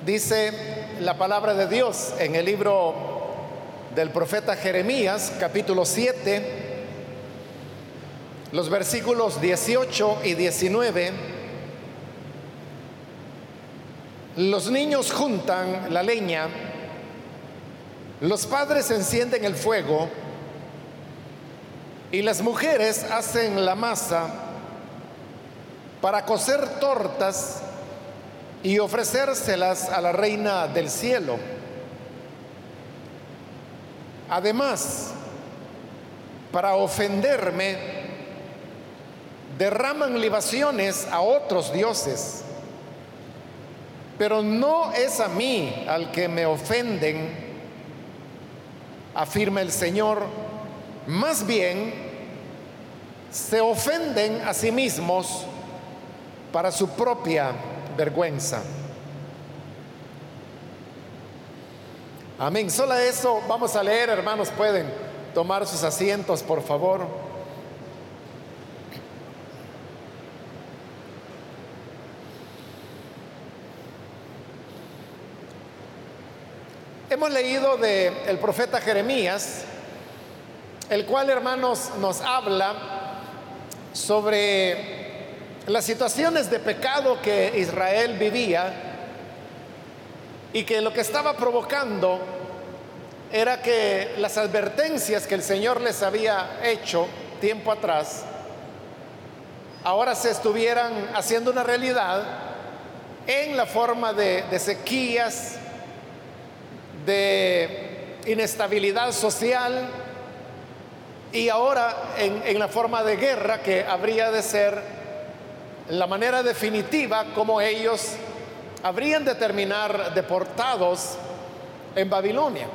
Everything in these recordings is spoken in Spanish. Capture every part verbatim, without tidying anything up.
Dice la palabra de Dios en el libro del profeta Jeremías, capítulo siete, los versículos dieciocho y diecinueve. Los niños juntan la leña, los padres encienden el fuego y las mujeres hacen la masa para cocer tortas y ofrecérselas a la reina del cielo. Además, para ofenderme, derraman libaciones a otros dioses. Pero no es a mí al que me ofenden, afirma el Señor. Más bien, se ofenden a sí mismos para su propia vergüenza. Amén. Solo eso vamos a leer, hermanos. Pueden tomar sus asientos, por favor. Hemos leído del profeta Jeremías, el cual, hermanos, nos habla sobre las situaciones de pecado que Israel vivía y que lo que estaba provocando era que las advertencias que el Señor les había hecho tiempo atrás ahora se estuvieran haciendo una realidad en la forma de, de sequías, de inestabilidad social y ahora en, en la forma de guerra que habría de ser la manera definitiva como ellos habrían de terminar deportados en Babilonia.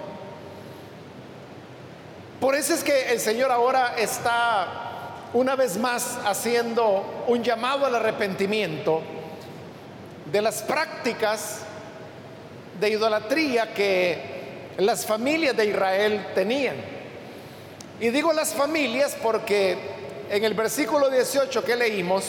Por eso es que el Señor ahora está una vez más haciendo un llamado al arrepentimiento de las prácticas de idolatría que las familias de Israel tenían. Y digo las familias porque en el versículo dieciocho que leímos,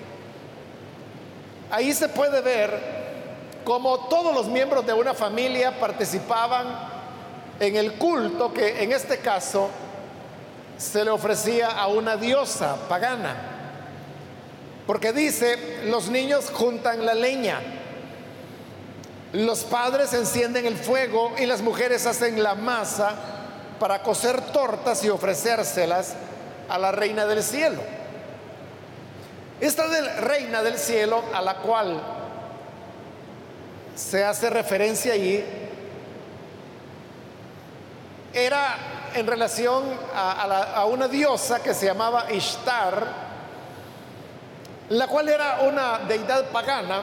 ahí se puede ver cómo todos los miembros de una familia participaban en el culto que en este caso se le ofrecía a una diosa pagana. Porque dice, los niños juntan la leña, los padres encienden el fuego y las mujeres hacen la masa para cocer tortas y ofrecérselas a la reina del cielo. Esta del reina del cielo a la cual se hace referencia allí era en relación a, a, la, a una diosa que se llamaba Ishtar, la cual era una deidad pagana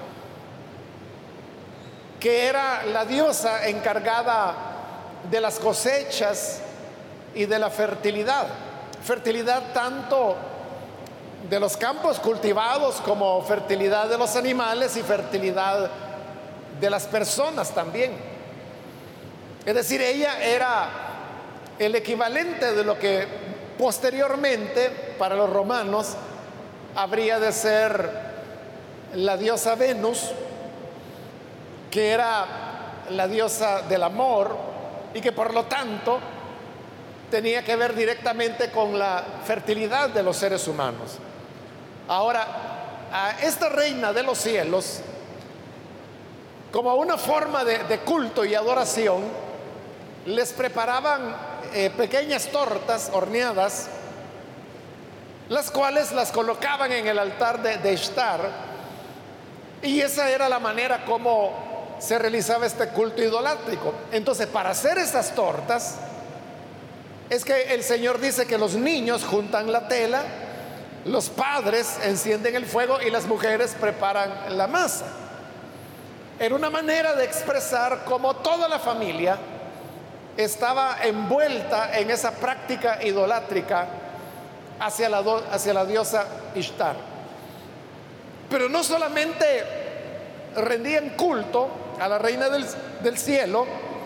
que era la diosa encargada de las cosechas y de la fertilidad. Fertilidad tanto de los campos cultivados como fertilidad de los animales y fertilidad de las personas también. Es decir, ella era el equivalente de lo que posteriormente para los romanos habría de ser la diosa Venus, que era la diosa del amor y que por lo tanto tenía que ver directamente con la fertilidad de los seres humanos. Ahora, a esta reina de los cielos, como una forma de, de culto y adoración, les preparaban eh, pequeñas tortas horneadas, las cuales las colocaban en el altar de, de Ishtar, y esa era la manera como se realizaba este culto idolátrico. Entonces, para hacer esas tortas es que el Señor dice que los niños juntan la tela, los padres encienden el fuego y las mujeres preparan la masa. Era una manera de expresar cómo toda la familia estaba envuelta en esa práctica idolátrica hacia la, do, hacia la diosa Ishtar. Pero no solamente rendían culto a la reina del, del cielo,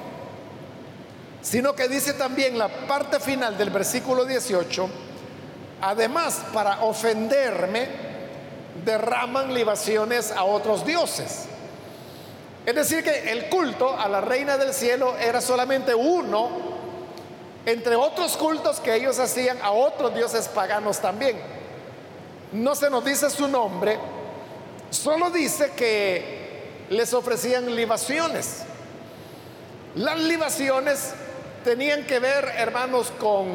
sino que dice también la parte final del versículo dieciocho, además para ofenderme derraman libaciones a otros dioses. Es decir, que el culto a la reina del cielo era solamente uno entre otros cultos que ellos hacían a otros dioses paganos también. No se nos dice su nombre, solo dice que les ofrecían libaciones. Las libaciones tenían que ver, hermanos, con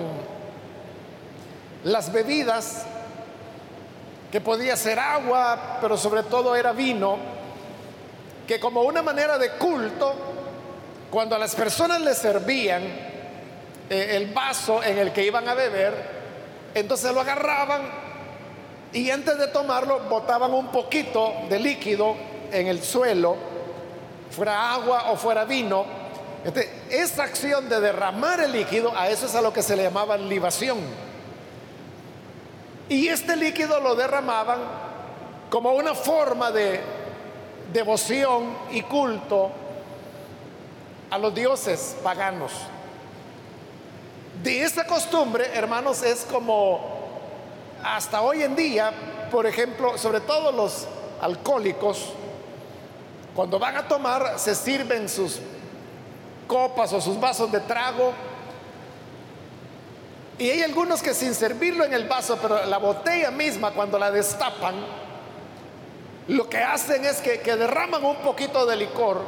las bebidas, que podía ser agua, pero sobre todo era vino, que como una manera de culto, cuando a las personas les servían eh, el vaso en el que iban a beber, entonces lo agarraban y antes de tomarlo botaban un poquito de líquido en el suelo, fuera agua o fuera vino. Entonces, esa acción de derramar el líquido, a eso es a lo que se le llamaba libación. Y este líquido lo derramaban como una forma de devoción y culto a los dioses paganos. De esa costumbre, hermanos, es como hasta hoy en día, por ejemplo, sobre todo los alcohólicos, cuando van a tomar, se sirven sus copas o sus vasos de trago, y hay algunos que sin servirlo en el vaso, pero la botella misma, cuando la destapan, lo que hacen es que, que derraman un poquito de licor,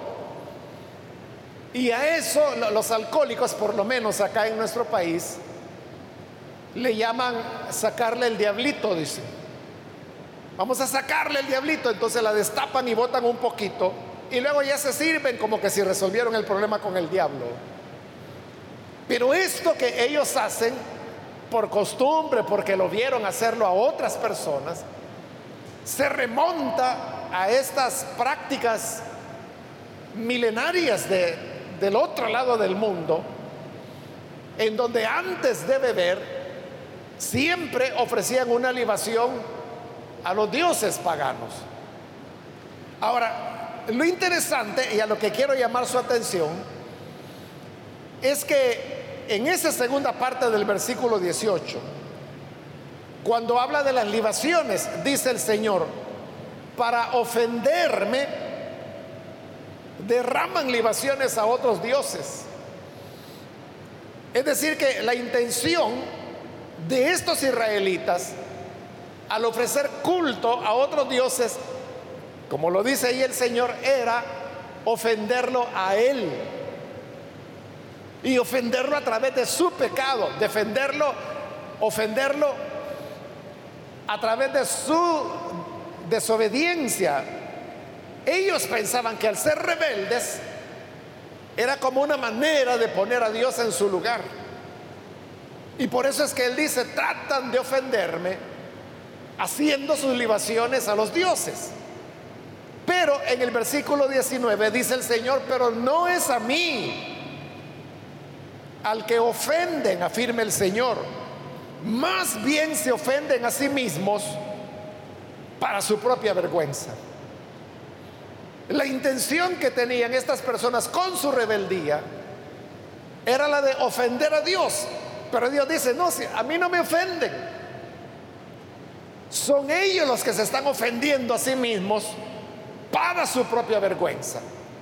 y a eso los alcohólicos, por lo menos acá en nuestro país, le llaman sacarle el diablito. Dicen, vamos a sacarle el diablito. Entonces la destapan y botan un poquito, y luego ya se sirven como que si resolvieron el problema con el diablo. Pero esto que ellos hacen por costumbre, porque lo vieron hacerlo a otras personas, se remonta a estas prácticas milenarias de, del otro lado del mundo, en donde antes de beber siempre ofrecían una libación a los dioses paganos. Ahora, lo interesante y a lo que quiero llamar su atención es que en esa segunda parte del versículo dieciocho, cuando habla de las libaciones, dice el Señor, para ofenderme derraman libaciones a otros dioses. Es decir, que la intención de estos israelitas al ofrecer culto a otros dioses, como lo dice ahí el Señor, era ofenderlo a Él, y ofenderlo a través de su pecado, defenderlo, ofenderlo a través de su desobediencia. Ellos pensaban que al ser rebeldes era como una manera de poner a Dios en su lugar, y por eso es que Él dice, tratan de ofenderme haciendo sus libaciones a los dioses. Pero en el versículo diecinueve dice el Señor, pero no es a mí al que ofenden, afirma el Señor, más bien se ofenden a sí mismos para su propia vergüenza. La intención que tenían estas personas con su rebeldía era la de ofender a Dios, pero Dios dice, no, si a mí no me ofenden, son ellos los que se están ofendiendo a sí mismos para su propia vergüenza.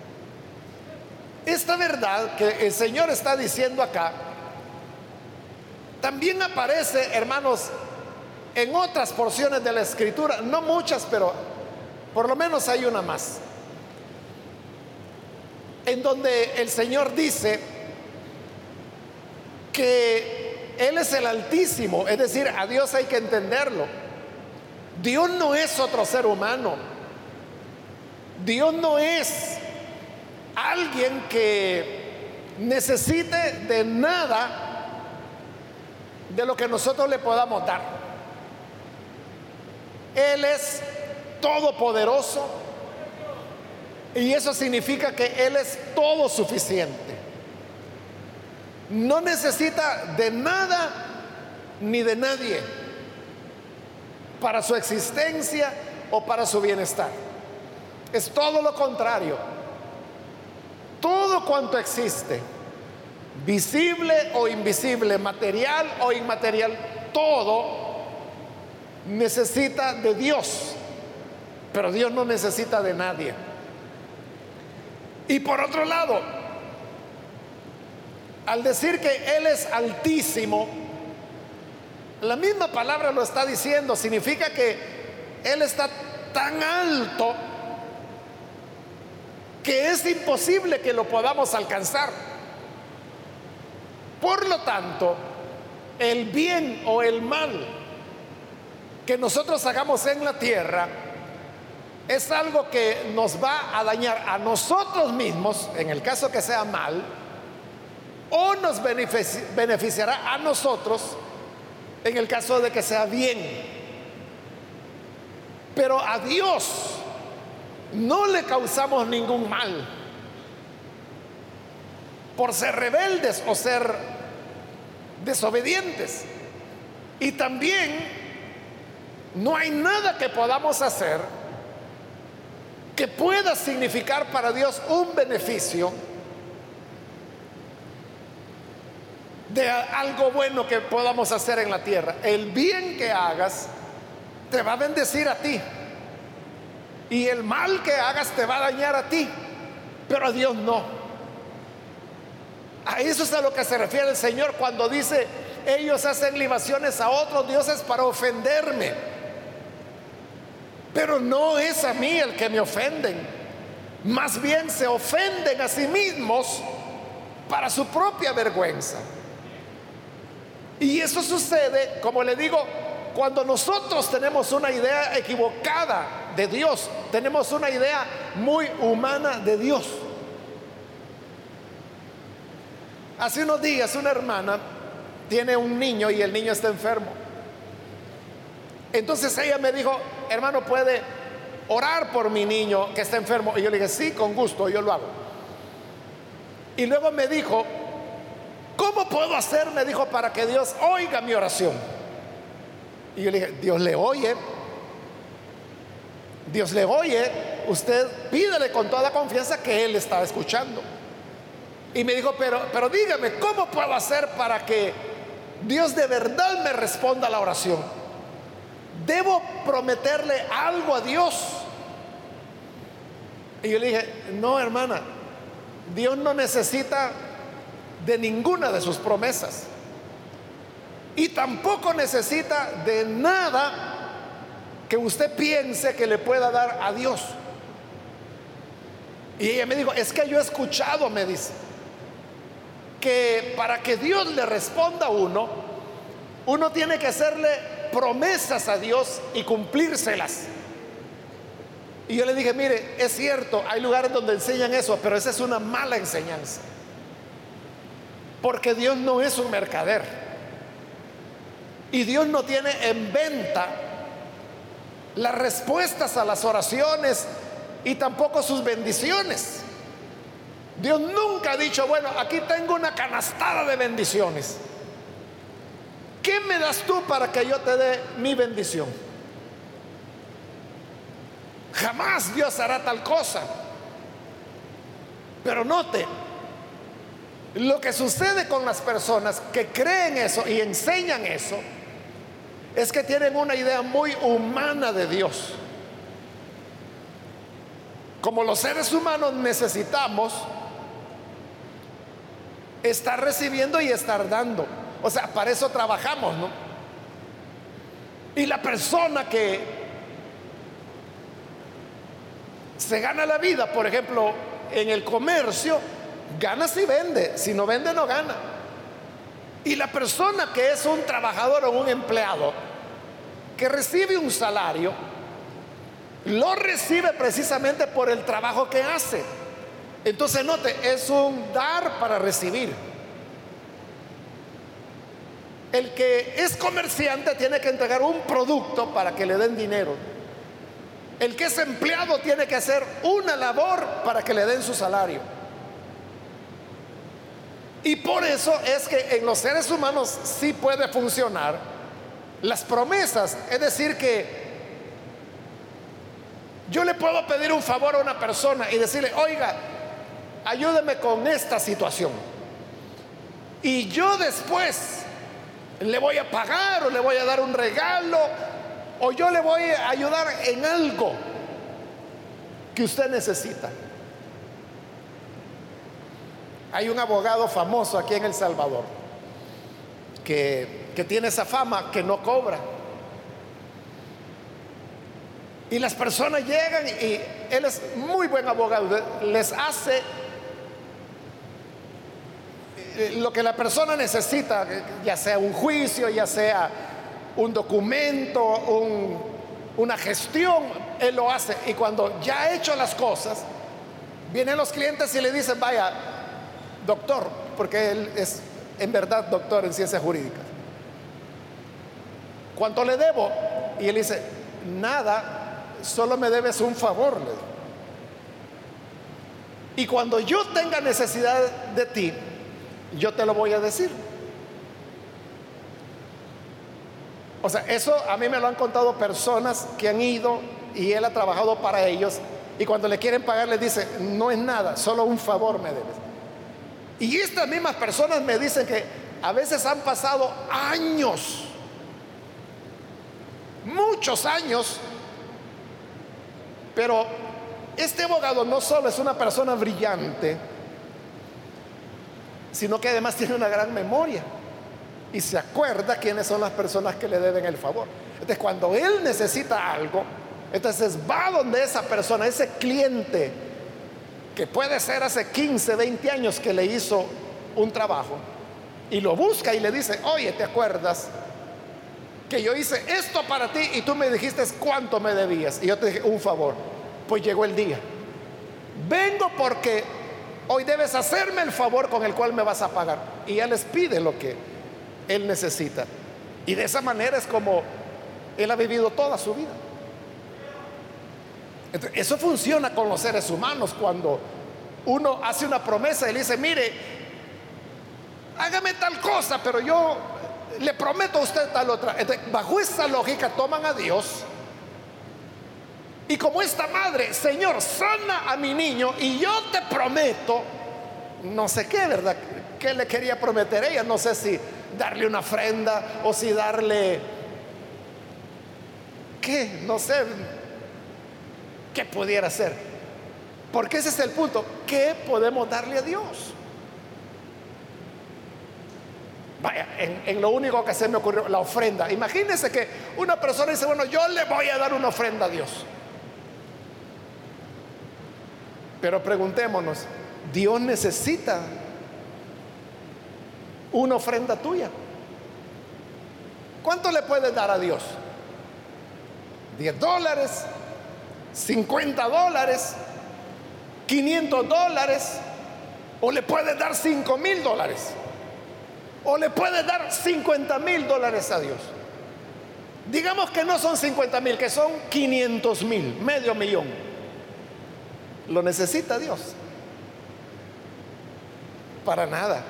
Esta verdad que el Señor está diciendo acá también aparece, hermanos, en otras porciones de la Escritura, no muchas, pero por lo menos hay una más, en donde el Señor dice que Él es el Altísimo. Es decir, a Dios hay que entenderlo. Dios no es otro ser humano. Dios no es alguien que necesite de nada de lo que nosotros le podamos dar. Él es todopoderoso, y eso significa que Él es todo suficiente. No necesita de nada ni de nadie para su existencia o para su bienestar. Es todo lo contrario. Todo cuanto existe, visible o invisible, material o inmaterial, todo necesita de Dios, pero Dios no necesita de nadie. Y por otro lado, al decir que Él es altísimo, la misma palabra lo está diciendo, significa que Él está tan alto que es imposible que lo podamos alcanzar. Por lo tanto, el bien o el mal que nosotros hagamos en la tierra es algo que nos va a dañar a nosotros mismos, en el caso que sea mal, o nos benefici- beneficiará a nosotros en el caso de que sea bien. Pero a Dios no le causamos ningún mal por ser rebeldes o ser desobedientes. Y también no hay nada que podamos hacer que pueda significar para Dios un beneficio de algo bueno que podamos hacer en la tierra. El bien que hagas te va a bendecir a ti, y el mal que hagas te va a dañar a ti, pero a Dios no. A eso es a lo que se refiere el Señor cuando dice: ellos hacen libaciones a otros dioses para ofenderme, pero no es a mí el que me ofenden, más bien se ofenden a sí mismos para su propia vergüenza. Y eso sucede, como le digo, cuando nosotros tenemos una idea equivocada de Dios, tenemos una idea muy humana de Dios. Hace unos días una hermana tiene un niño y el niño está enfermo. Entonces ella me dijo: hermano, ¿puede orar por mi niño que está enfermo? Y yo le dije: sí, con gusto, yo lo hago. Y luego me dijo: ¿cómo puedo hacer? Me dijo, para que Dios oiga mi oración. Y yo le dije: Dios le oye, Dios le oye, usted pídele con toda confianza que Él está escuchando. Y me dijo: pero, pero dígame, ¿cómo puedo hacer para que Dios de verdad me responda a la oración? ¿Debo prometerle algo a Dios? Y yo le dije: no, hermana, Dios no necesita de ninguna de sus promesas, y tampoco necesita de nada que usted piense que le pueda dar a Dios. Y ella me dijo: es que yo he escuchado, me dice, que para que Dios le responda a uno, uno tiene que hacerle promesas a Dios y cumplírselas. Y yo le dije: mire, es cierto, hay lugares donde enseñan eso, pero esa es una mala enseñanza, porque Dios no es un mercader, y Dios no tiene en venta las respuestas a las oraciones y tampoco sus bendiciones. Dios nunca ha dicho: bueno, aquí tengo una canastada de bendiciones, ¿qué me das tú para que yo te dé mi bendición? Jamás Dios hará tal cosa. Pero note, lo que sucede con las personas que creen eso y enseñan eso es que tienen una idea muy humana de Dios. Como los seres humanos necesitamos estar recibiendo y estar dando, o sea, para eso trabajamos, ¿no? Y la persona que se gana la vida, por ejemplo, en el comercio, gana si vende, si no vende no gana. Y la persona que es un trabajador o un empleado que recibe un salario, lo recibe precisamente por el trabajo que hace. Entonces note, es un dar para recibir. El que es comerciante tiene que entregar un producto para que le den dinero. El que es empleado tiene que hacer una labor para que le den su salario. Y por eso es que en los seres humanos sí puede funcionar las promesas. Es decir, que yo le puedo pedir un favor a una persona y decirle: oiga, ayúdeme con esta situación, y yo después le voy a pagar, o le voy a dar un regalo, o yo le voy a ayudar en algo que usted necesita. Hay un abogado famoso aquí en El Salvador que, que tiene esa fama, que no cobra. Y las personas llegan y él es muy buen abogado, les hace lo que la persona necesita, ya sea un juicio, ya sea un documento, un, una gestión, él lo hace. Y cuando ya ha hecho las cosas, vienen los clientes y le dicen: vaya, doctor, porque él es en verdad doctor en ciencias jurídicas, ¿cuánto le debo? Y él dice: nada, solo me debes un favor. Y cuando yo tenga necesidad de ti, yo te lo voy a decir. O sea, eso a mí me lo han contado personas que han ido y él ha trabajado para ellos, y cuando le quieren pagar les dice: no es nada, solo un favor me debes. Y estas mismas personas me dicen que a veces han pasado años, muchos años, pero este abogado no solo es una persona brillante, sino que además tiene una gran memoria y se acuerda quiénes son las personas que le deben el favor. Entonces, cuando él necesita algo, entonces va donde esa persona, ese cliente que puede ser hace quince, veinte años que le hizo un trabajo, y lo busca y le dice: oye, ¿te acuerdas que yo hice esto para ti y tú me dijiste cuánto me debías? Y yo te dije: un favor. Pues llegó el día, vengo porque hoy debes hacerme el favor con el cual me vas a pagar. Y ya les pide lo que él necesita. Y de esa manera es como él ha vivido toda su vida. Entonces, eso funciona con los seres humanos. Cuando uno hace una promesa y le dice: mire, hágame tal cosa, pero yo le prometo a usted tal otra. Entonces, bajo esa lógica toman a Dios, y como esta madre: Señor, sana a mi niño y yo te prometo no sé qué, ¿verdad? ¿Qué le quería prometer ella? No sé si darle una ofrenda o si darle, ¿qué? No sé qué pudiera ser, porque ese es el punto. ¿Qué podemos darle a Dios? Vaya, en, en lo único que se me ocurrió, la ofrenda. Imagínense que una persona dice: bueno, yo le voy a dar una ofrenda a Dios. Pero preguntémonos, ¿Dios necesita una ofrenda tuya? ¿Cuánto le puedes dar a Dios? ¿diez dólares? ¿cincuenta dólares? ¿quinientos dólares? ¿O le puedes dar cinco mil dólares? ¿O le puedes dar cincuenta mil dólares a Dios? Digamos que no son cincuenta mil, que son quinientos mil, medio millón. ¿Lo necesita Dios? Para nada.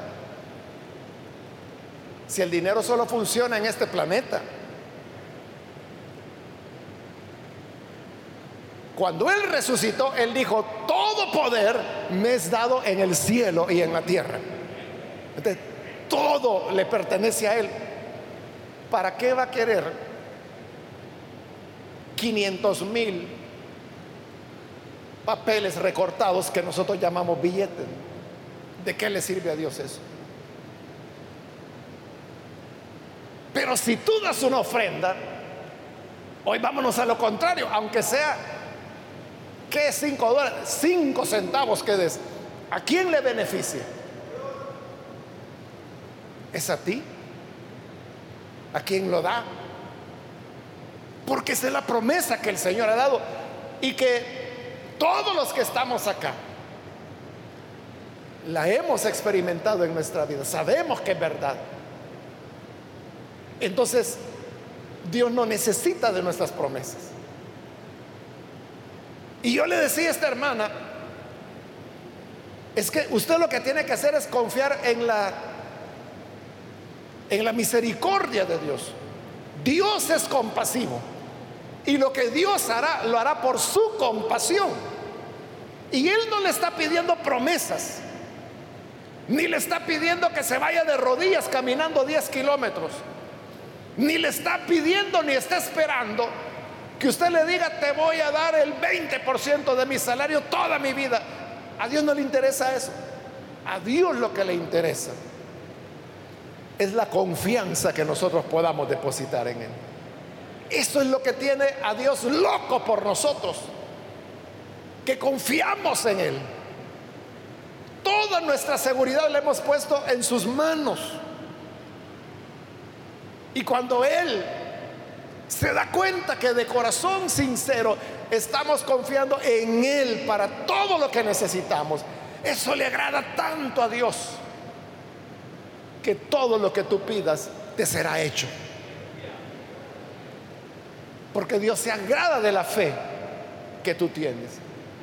Si el dinero solo funciona en este planeta. Cuando Él resucitó, Él dijo: todo poder me es dado en el cielo y en la tierra. Entonces, todo le pertenece a Él. ¿Para qué va a querer quinientos mil papeles recortados que nosotros llamamos billetes? ¿De qué le sirve a Dios eso? Pero si tú das una ofrenda, hoy vámonos a lo contrario, aunque sea que cinco dólares, cinco centavos que des, ¿a quién le beneficia? ¿Es a ti? ¿A quién lo da? Porque esa es la promesa que el Señor ha dado, y que todos los que estamos acá la hemos experimentado en nuestra vida. Sabemos que es verdad. Entonces, Dios no necesita de nuestras promesas. Y yo le decía a esta hermana: es que usted lo que tiene que hacer es confiar en la en la misericordia de Dios. Dios es compasivo, y lo que Dios hará, lo hará por su compasión. Y Él no le está pidiendo promesas, ni le está pidiendo que se vaya de rodillas caminando diez kilómetros, ni le está pidiendo, ni está esperando que usted le diga: te voy a dar el veinte por ciento de mi salario toda mi vida. A Dios no le interesa eso. A Dios lo que le interesa es la confianza que nosotros podamos depositar en Él. Eso es lo que tiene a Dios loco por nosotros, que confiamos en Él. Toda nuestra seguridad la hemos puesto en sus manos. Y cuando Él se da cuenta que de corazón sincero estamos confiando en Él para todo lo que necesitamos, eso le agrada tanto a Dios, que todo lo que tú pidas te será hecho. Porque Dios se agrada de la fe que tú tienes.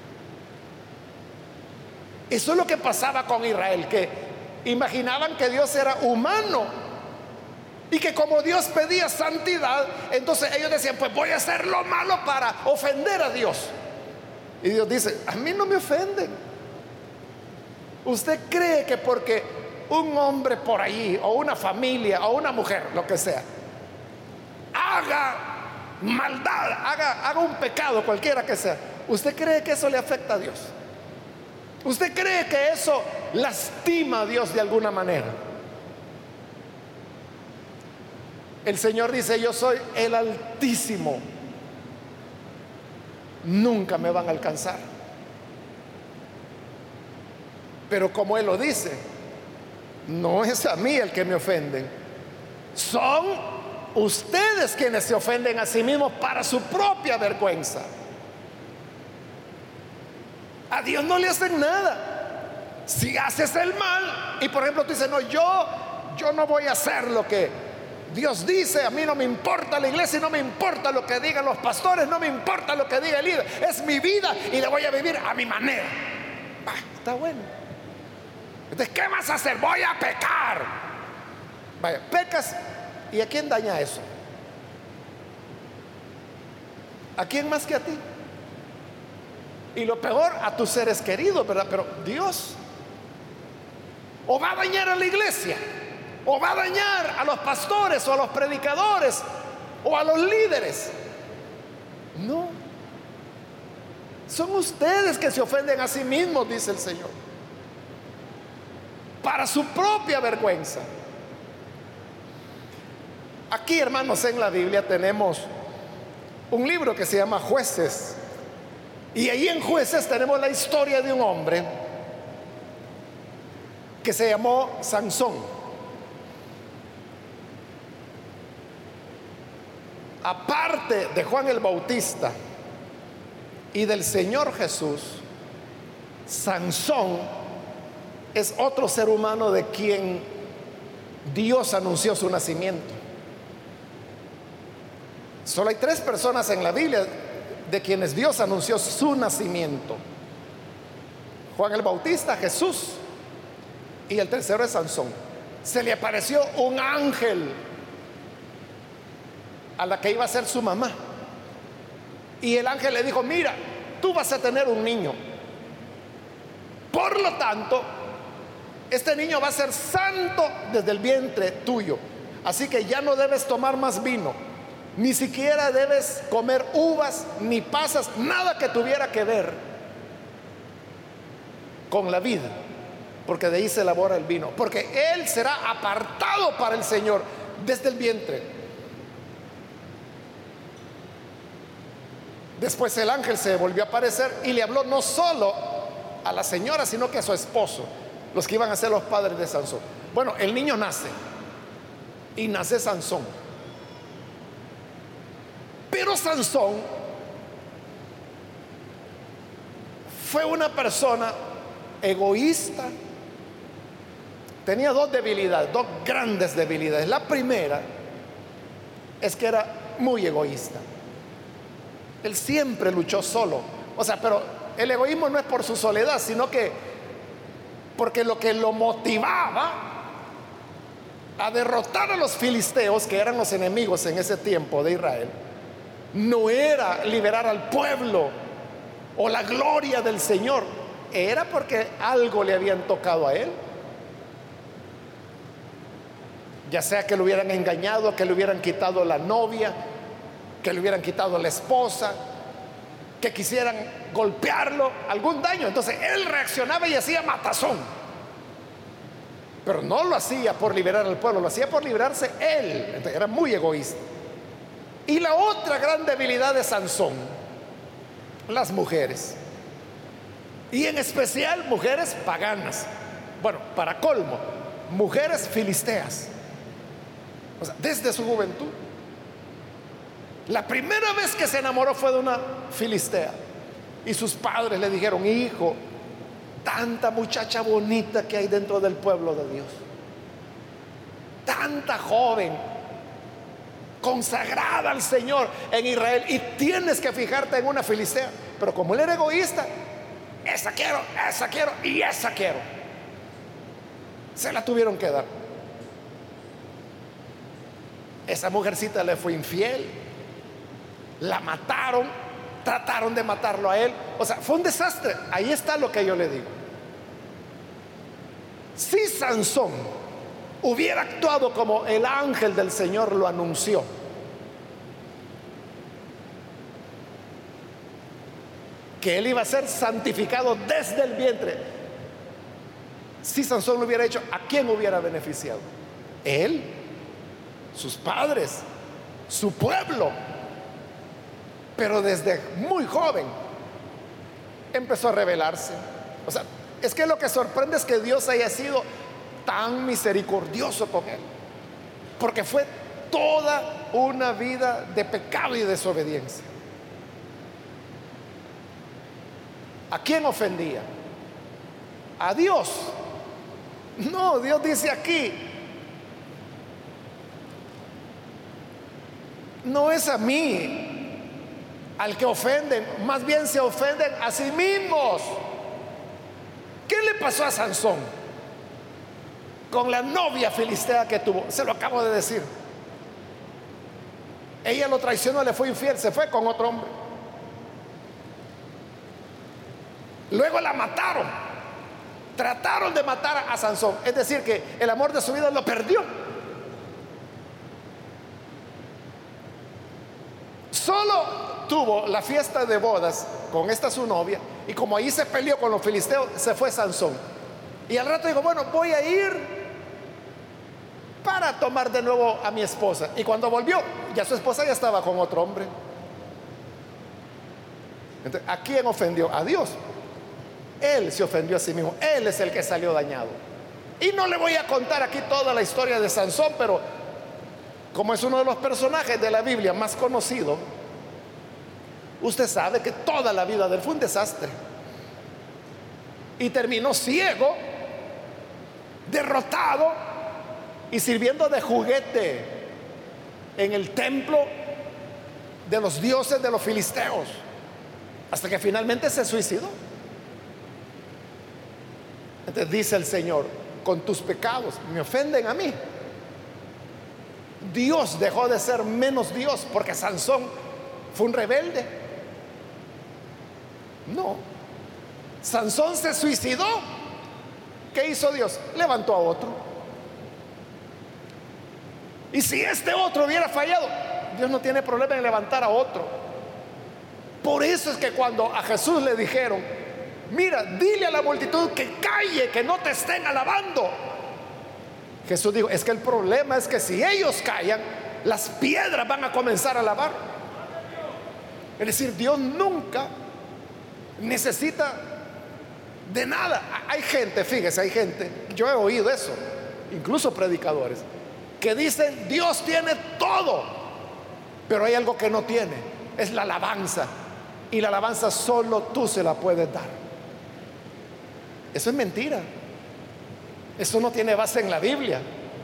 Eso es lo que pasaba con Israel, que imaginaban que Dios era humano y que como Dios pedía santidad, entonces ellos decían, pues voy a hacer lo malo para ofender a Dios. Y Dios dice, a mí no me ofenden. ¿Usted cree que porque un hombre por allí, o una familia, o una mujer, lo que sea, haga maldad, haga, haga un pecado cualquiera que sea, usted cree que eso le afecta a Dios? ¿Usted cree que eso lastima a Dios de alguna manera? El Señor dice, yo soy el Altísimo, nunca me van a alcanzar. Pero como Él lo dice, no es a mí el que me ofenden, son ustedes quienes se ofenden a sí mismos para su propia vergüenza. A Dios no le hacen nada. Si haces el mal y por ejemplo tú dices, no, yo, yo no voy a hacer lo que Dios dice, a mí no me importa la iglesia, no me importa lo que digan los pastores, no me importa lo que diga el líder, es mi vida y la voy a vivir a mi manera. Bah, está bueno. Entonces, ¿qué vas a hacer? Voy a pecar. Vaya, pecas, ¿y a quién daña eso? ¿A quién más que a ti? Y lo peor, a tus seres queridos, ¿verdad? Pero Dios, o va a dañar a la iglesia, o va a dañar a los pastores, o a los predicadores, o a los líderes. No, son ustedes que se ofenden a sí mismos, dice el Señor, para su propia vergüenza. Aquí, hermanos, en la Biblia tenemos un libro que se llama Jueces. Y ahí en Jueces tenemos la historia de un hombre que se llamó Sansón. Aparte de Juan el Bautista y del Señor Jesús, Sansón es otro ser humano de quien Dios anunció su nacimiento. Solo hay tres personas en la Biblia de quienes Dios anunció su nacimiento: Juan el Bautista, Jesús, y el tercero es Sansón. Se le apareció un ángel a la que iba a ser su mamá, y el ángel le dijo, mira, tú vas a tener un niño, por lo tanto este niño va a ser santo desde el vientre tuyo, así que ya no debes tomar más vino, ni siquiera debes comer uvas ni pasas, nada que tuviera que ver con la vida, porque de ahí se elabora el vino, porque él será apartado para el Señor desde el vientre. Después el ángel se volvió a aparecer y le habló no solo a la señora, sino que a su esposo, los que iban a ser los padres de Sansón. Bueno, el niño nace y nace Sansón. Pero Sansón fue una persona egoísta. Tenía dos debilidades, dos grandes debilidades. La primera es que era muy egoísta. Él siempre luchó solo. O sea, pero el egoísmo no es por su soledad, sino que porque lo que lo motivaba a derrotar a los filisteos, que eran los enemigos en ese tiempo de Israel, no era liberar al pueblo o la gloria del Señor, era porque algo le habían tocado a él. Ya sea que lo hubieran engañado, que le hubieran quitado la novia, que le hubieran quitado la esposa, que quisieran golpearlo, algún daño. Entonces él reaccionaba y hacía matazón. pero no lo hacía por liberar al pueblo, lo hacía por librarse él. Entonces, era muy egoísta. Y la otra gran debilidad de Sansón, las mujeres, y en especial mujeres paganas. Bueno, para colmo, mujeres filisteas. O sea, desde su juventud, la primera vez que se enamoró fue de una filistea. Y sus padres le dijeron: hijo, tanta muchacha bonita que hay dentro del pueblo de Dios, tanta joven consagrada al Señor en Israel, y tienes que fijarte en una filistea. Pero como él era egoísta, esa quiero, esa quiero y esa quiero, se la tuvieron que dar. Esa mujercita le fue infiel, la mataron, trataron de matarlo a él. O sea, fue un desastre. Ahí está lo que yo le digo. Si Sansón hubiera actuado como el ángel del Señor lo anunció, que él iba a ser santificado desde el vientre, si Sansón lo hubiera hecho, ¿a quién hubiera beneficiado? Él, sus padres, su pueblo. Pero desde muy joven empezó a rebelarse. O sea, es que lo que sorprende es que Dios haya sido tan misericordioso con él, porque fue toda una vida de pecado y desobediencia. ¿A quién ofendía? A Dios. No, Dios dice aquí: no es a mí al que ofenden, más bien se ofenden a sí mismos. ¿Qué le pasó a Sansón con la novia filistea que tuvo? Se lo acabo de decir. Ella lo traicionó, le fue infiel, se fue con otro hombre. Luego la mataron. Trataron de matar a Sansón. Es decir, que el amor de su vida lo perdió. Solo tuvo la fiesta de bodas con esta su novia, y como ahí se peleó con los filisteos, se fue Sansón. Y al rato dijo: bueno, voy a ir para tomar de nuevo a mi esposa. Y cuando volvió, ya su esposa ya estaba con otro hombre. Entonces, ¿a quién ofendió? A Dios. Él se ofendió a sí mismo. Él es el que salió dañado. Y no le voy a contar aquí toda la historia de Sansón, pero como es uno de los personajes de la Biblia más conocido, usted sabe que toda la vida de él fue un desastre. Y terminó ciego, derrotado y sirviendo de juguete en el templo de los dioses de los filisteos, hasta que finalmente se suicidó. Entonces dice el Señor: con tus pecados me ofenden a mí. Dios dejó de ser menos Dios porque Sansón fue un rebelde. No, Sansón se suicidó. ¿Qué hizo Dios? Levantó a otro. Y si este otro hubiera fallado, Dios no tiene problema en levantar a otro. Por eso es que cuando a Jesús le dijeron: mira, dile a la multitud que calle, que no te estén alabando, Jesús dijo: es que el problema es que si ellos callan, las piedras van a comenzar a alabar. Es decir, Dios nunca necesita de nada. Hay gente, fíjese, hay gente, yo he oído eso, incluso predicadores, que dicen: Dios tiene todo, pero hay algo que no tiene, es la alabanza. Y la alabanza solo tú se la puedes dar. Eso es mentira. Eso no tiene base en la Biblia,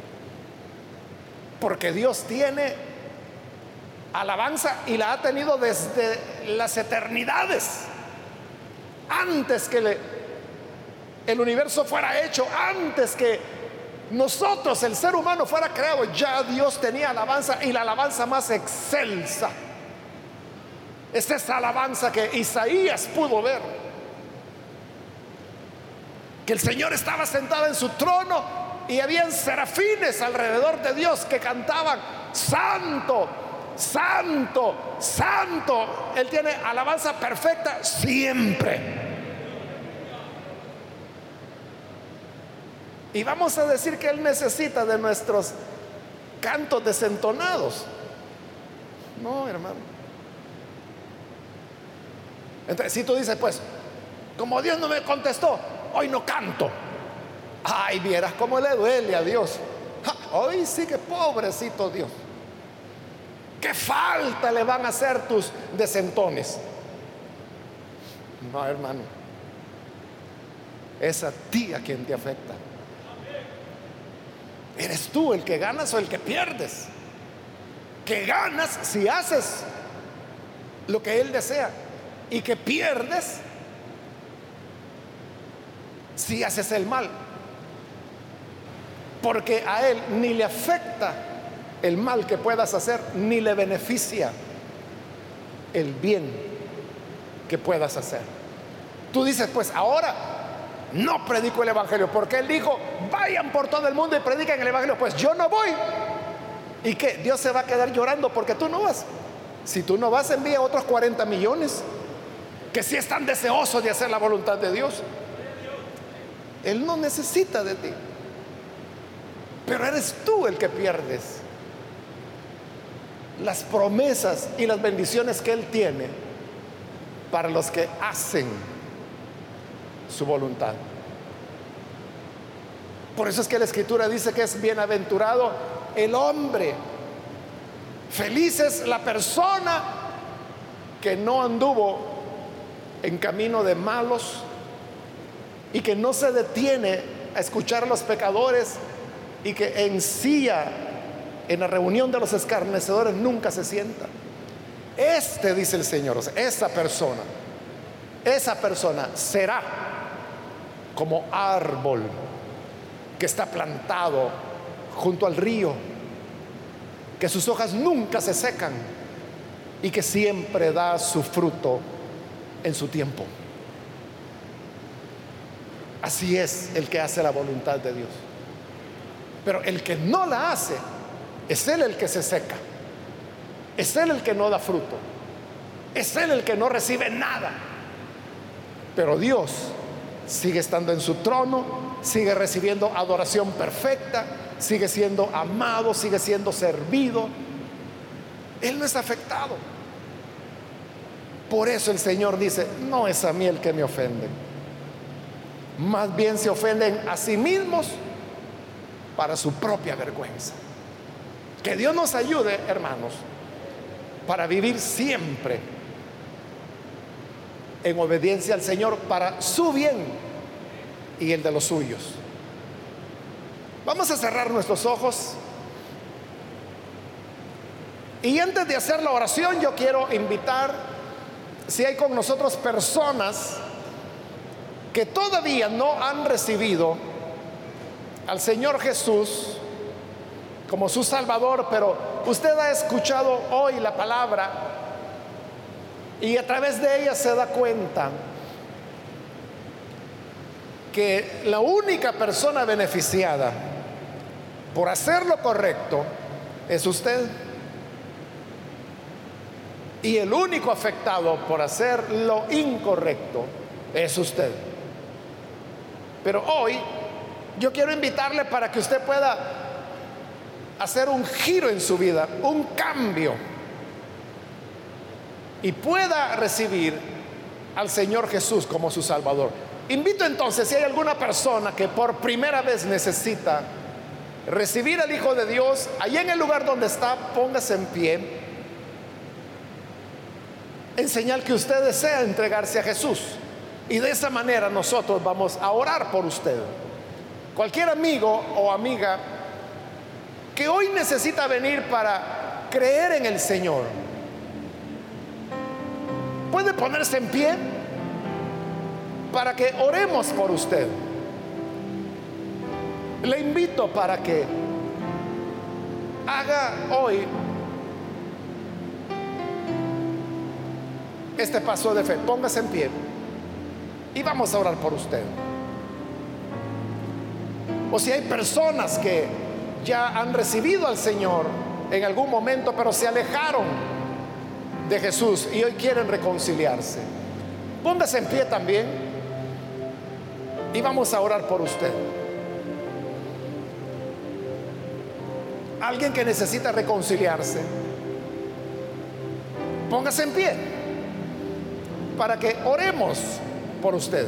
porque Dios tiene alabanza y la ha tenido desde las eternidades. Antes que le, el universo fuera hecho, antes que nosotros, el ser humano, fuera creado, ya Dios tenía alabanza, y la alabanza más excelsa es esa alabanza que Isaías pudo ver, que el Señor estaba sentado en su trono y habían serafines alrededor de Dios que cantaban: santo, santo, santo. Él tiene alabanza perfecta siempre. Y vamos a decir que Él necesita de nuestros cantos desentonados. No, hermano. Entonces, si tú dices, pues, como Dios no me contestó, hoy no canto. Ay, vieras cómo le duele a Dios. Ja, hoy sí que pobrecito Dios. ¿Qué falta le van a hacer tus desentones? No, hermano. Es a ti a quien te afecta. ¿Eres tú el que ganas o el que pierdes? Que ganas si haces lo que Él desea, y que pierdes si haces el mal. Porque a Él ni le afecta el mal que puedas hacer, ni le beneficia el bien que puedas hacer. Tú dices, pues ahora no predico el evangelio, porque Él dijo, vayan por todo el mundo y prediquen el evangelio. Pues yo no voy. ¿Y qué? Dios se va a quedar llorando porque tú no vas. Si tú no vas, envía otros cuarenta millones que sí están deseosos de hacer la voluntad de Dios. Él no necesita de ti, pero eres tú el que pierdes las promesas y las bendiciones que Él tiene para los que hacen su voluntad. Por eso es que la Escritura dice que es bienaventurado el hombre, feliz es la persona que no anduvo en camino de malos y que no se detiene a escuchar a los pecadores, y que en silla, en la reunión de los escarnecedores, nunca se sienta. Este, dice el Señor, esa persona, esa persona será como árbol que está plantado junto al río, que sus hojas nunca se secan y que siempre da su fruto en su tiempo. Así es el que hace la voluntad de Dios. Pero el que no la hace, es él el que se seca, es él el que no da fruto, es él el que no recibe nada. Pero Dios sigue estando en su trono, sigue recibiendo adoración perfecta, sigue siendo amado, sigue siendo servido. Él no es afectado. Por eso el Señor dice, no es a mí el que me ofende, más bien se ofenden a sí mismos para su propia vergüenza. Que Dios nos ayude, hermanos, para vivir siempre en obediencia al Señor, para su bien y el de los suyos. Vamos a cerrar nuestros ojos, y antes de hacer la oración, yo quiero invitar, si hay con nosotros personas que todavía no han recibido al Señor Jesús como su Salvador, pero usted ha escuchado hoy la palabra y a través de ella se da cuenta que la única persona beneficiada por hacer lo correcto es usted, y el único afectado por hacer lo incorrecto es usted. Pero hoy yo quiero invitarle para que usted pueda hacer un giro en su vida, un cambio, y pueda recibir al Señor Jesús como su Salvador. Invito entonces, si hay alguna persona que por primera vez necesita recibir al Hijo de Dios, allí en el lugar donde está, póngase en pie, en señal que usted desea entregarse a Jesús, y de esa manera nosotros vamos a orar por usted. Cualquier amigo o amiga que hoy necesita venir para creer en el Señor, puede ponerse en pie para que oremos por usted. Le invito para que haga hoy este paso de fe. Póngase en pie y vamos a orar por usted. O si hay personas que ya han recibido al Señor en algún momento, pero se alejaron de Jesús y hoy quieren reconciliarse, póngase en pie también y vamos a orar por usted. alguien que necesita reconciliarse, póngase en pie para que oremos por usted.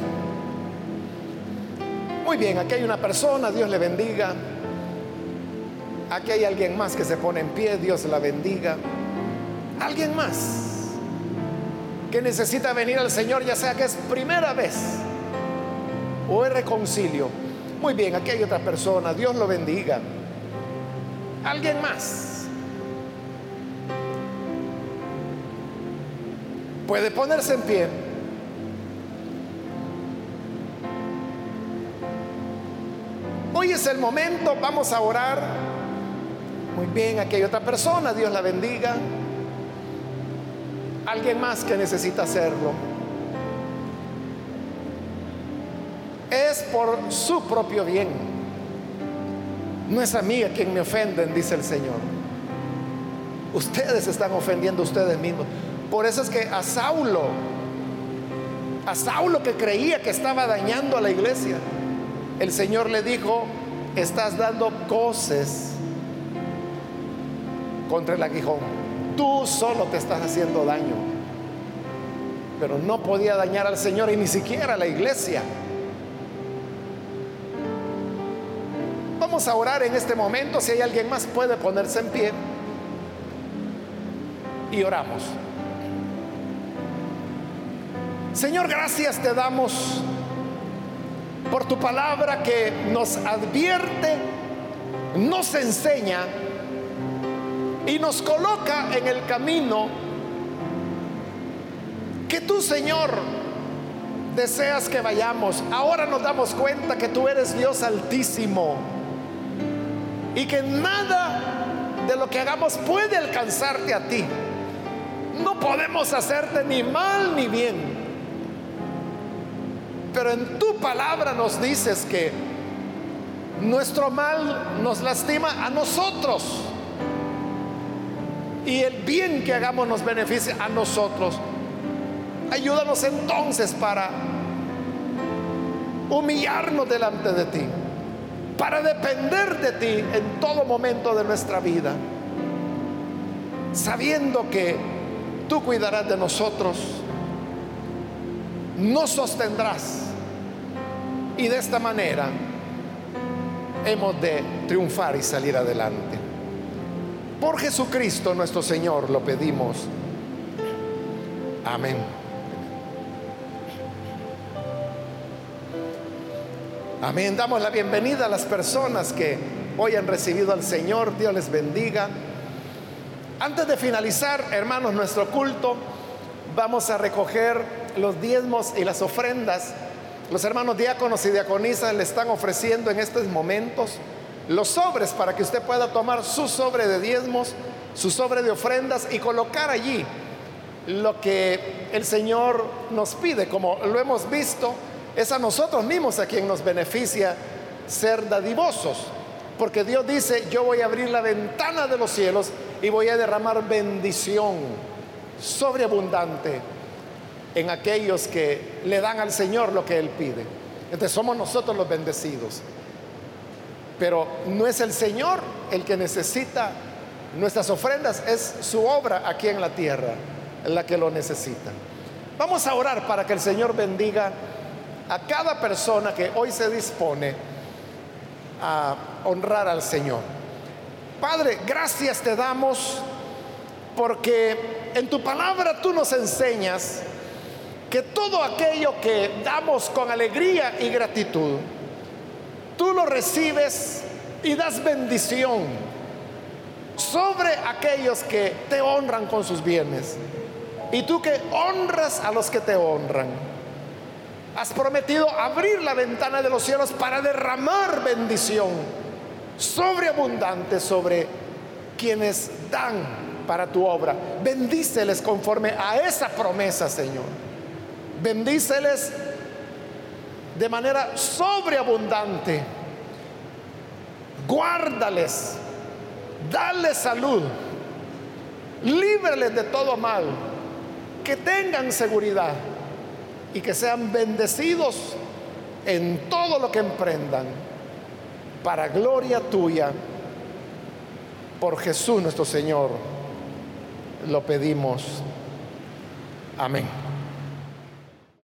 Muy bien, aquí hay una persona, Dios le bendiga. Aquí hay alguien más que se pone en pie, Dios la bendiga. Alguien más que necesita venir al Señor, ya sea que es primera vez o es reconcilio. Muy bien, aquí hay otra persona, Dios lo bendiga. Alguien más. Puede ponerse en pie. Hoy es el momento, vamos a orar. Muy bien, aquí hay otra persona, Dios la bendiga. Alguien más que necesita hacerlo. Es por su propio bien. No es a mí a quien me ofenden, dice el Señor. Ustedes están ofendiendo a ustedes mismos. Por eso es que a Saulo, a Saulo que creía que estaba dañando a la iglesia, el Señor le dijo: estás dando coces contra el aguijón. Tú solo te estás haciendo daño. Pero no podía dañar al Señor y ni siquiera a la iglesia. Vamos a orar en este momento. Si hay alguien más, puede ponerse en pie y oramos. Señor, gracias te damos por tu palabra que nos advierte, nos enseña y nos coloca en el camino que tú, Señor, deseas que vayamos. Ahora nos damos cuenta que tú eres Dios altísimo y que nada de lo que hagamos puede alcanzarte a ti. No podemos hacerte ni mal ni bien. Pero en tu palabra nos dices que nuestro mal nos lastima a nosotros y el bien que hagamos nos beneficia a nosotros. Ayúdanos entonces para humillarnos delante de ti, para depender de ti en todo momento de nuestra vida, sabiendo que tú cuidarás de nosotros, nos sostendrás, y de esta manera hemos de triunfar y salir adelante. Por Jesucristo nuestro Señor lo pedimos. Amén. Amén. Damos la bienvenida a las personas que hoy han recibido al Señor. Dios les bendiga. Antes de finalizar, hermanos, nuestro culto, vamos a recoger los diezmos y las ofrendas. Los hermanos diáconos y diaconisas le están ofreciendo en estos momentos los sobres para que usted pueda tomar su sobre de diezmos, su sobre de ofrendas y colocar allí lo que el Señor nos pide. Como lo hemos visto, es a nosotros mismos a quien nos beneficia ser dadivosos, porque Dios dice: yo voy a abrir la ventana de los cielos y voy a derramar bendición sobreabundante en aquellos que le dan al Señor lo que Él pide. Entonces somos nosotros los bendecidos, pero no es el Señor el que necesita nuestras ofrendas, es su obra aquí en la tierra la que lo necesita. Vamos a orar para que el Señor bendiga a cada persona que hoy se dispone a honrar al Señor. Padre, gracias te damos porque en tu palabra tú nos enseñas que todo aquello que damos con alegría y gratitud, tú lo recibes y das bendición sobre aquellos que te honran con sus bienes. Y tú que honras a los que te honran, has prometido abrir la ventana de los cielos para derramar bendición sobreabundante sobre quienes dan para tu obra. Bendíceles conforme a esa promesa, Señor. Bendíceles de manera sobreabundante. Guárdales, dale salud, líbrales de todo mal, que tengan seguridad y que sean bendecidos en todo lo que emprendan, para gloria tuya Por Jesús nuestro Señor lo pedimos. Amén.